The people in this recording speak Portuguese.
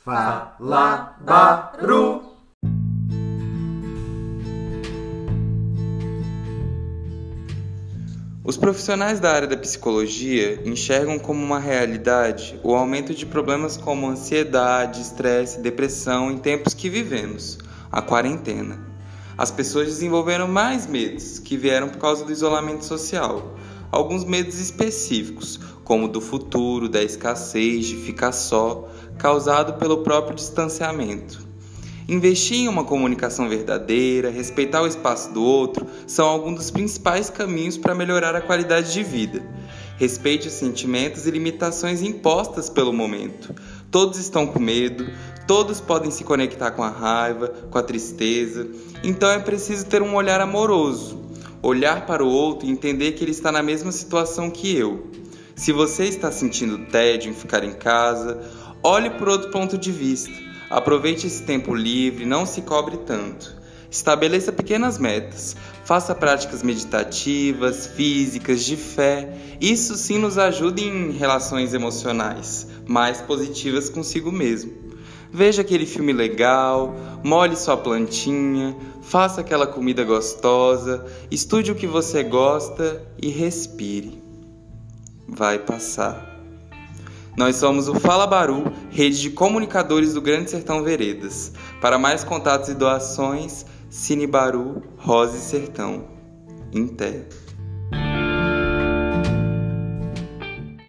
Fala Baru. Os profissionais da área da psicologia enxergam como uma realidade o aumento de problemas como ansiedade, estresse, depressão em tempos que vivemos, a quarentena. As pessoas desenvolveram mais medos que vieram por causa do isolamento social. Alguns medos específicos, como do futuro, da escassez, de ficar só, causado pelo próprio distanciamento. Investir em uma comunicação verdadeira, respeitar o espaço do outro, são alguns dos principais caminhos para melhorar a qualidade de vida. Respeite os sentimentos e limitações impostas pelo momento. Todos estão com medo, todos podem se conectar com a raiva, com a tristeza, então é preciso ter um olhar amoroso. Olhar para o outro e entender que ele está na mesma situação que eu. Se você está sentindo tédio em ficar em casa, olhe por outro ponto de vista. Aproveite esse tempo livre, não se cobre tanto. Estabeleça pequenas metas. Faça práticas meditativas, físicas, de fé. Isso sim nos ajuda em relações emocionais mais positivas consigo mesmo. Veja aquele filme legal, molhe sua plantinha, faça aquela comida gostosa, estude o que você gosta e respire. Vai passar. Nós somos o Fala Baru, rede de comunicadores do Grande Sertão Veredas. Para mais contatos e doações, Cine Baru, Rosa e Sertão. Em Té.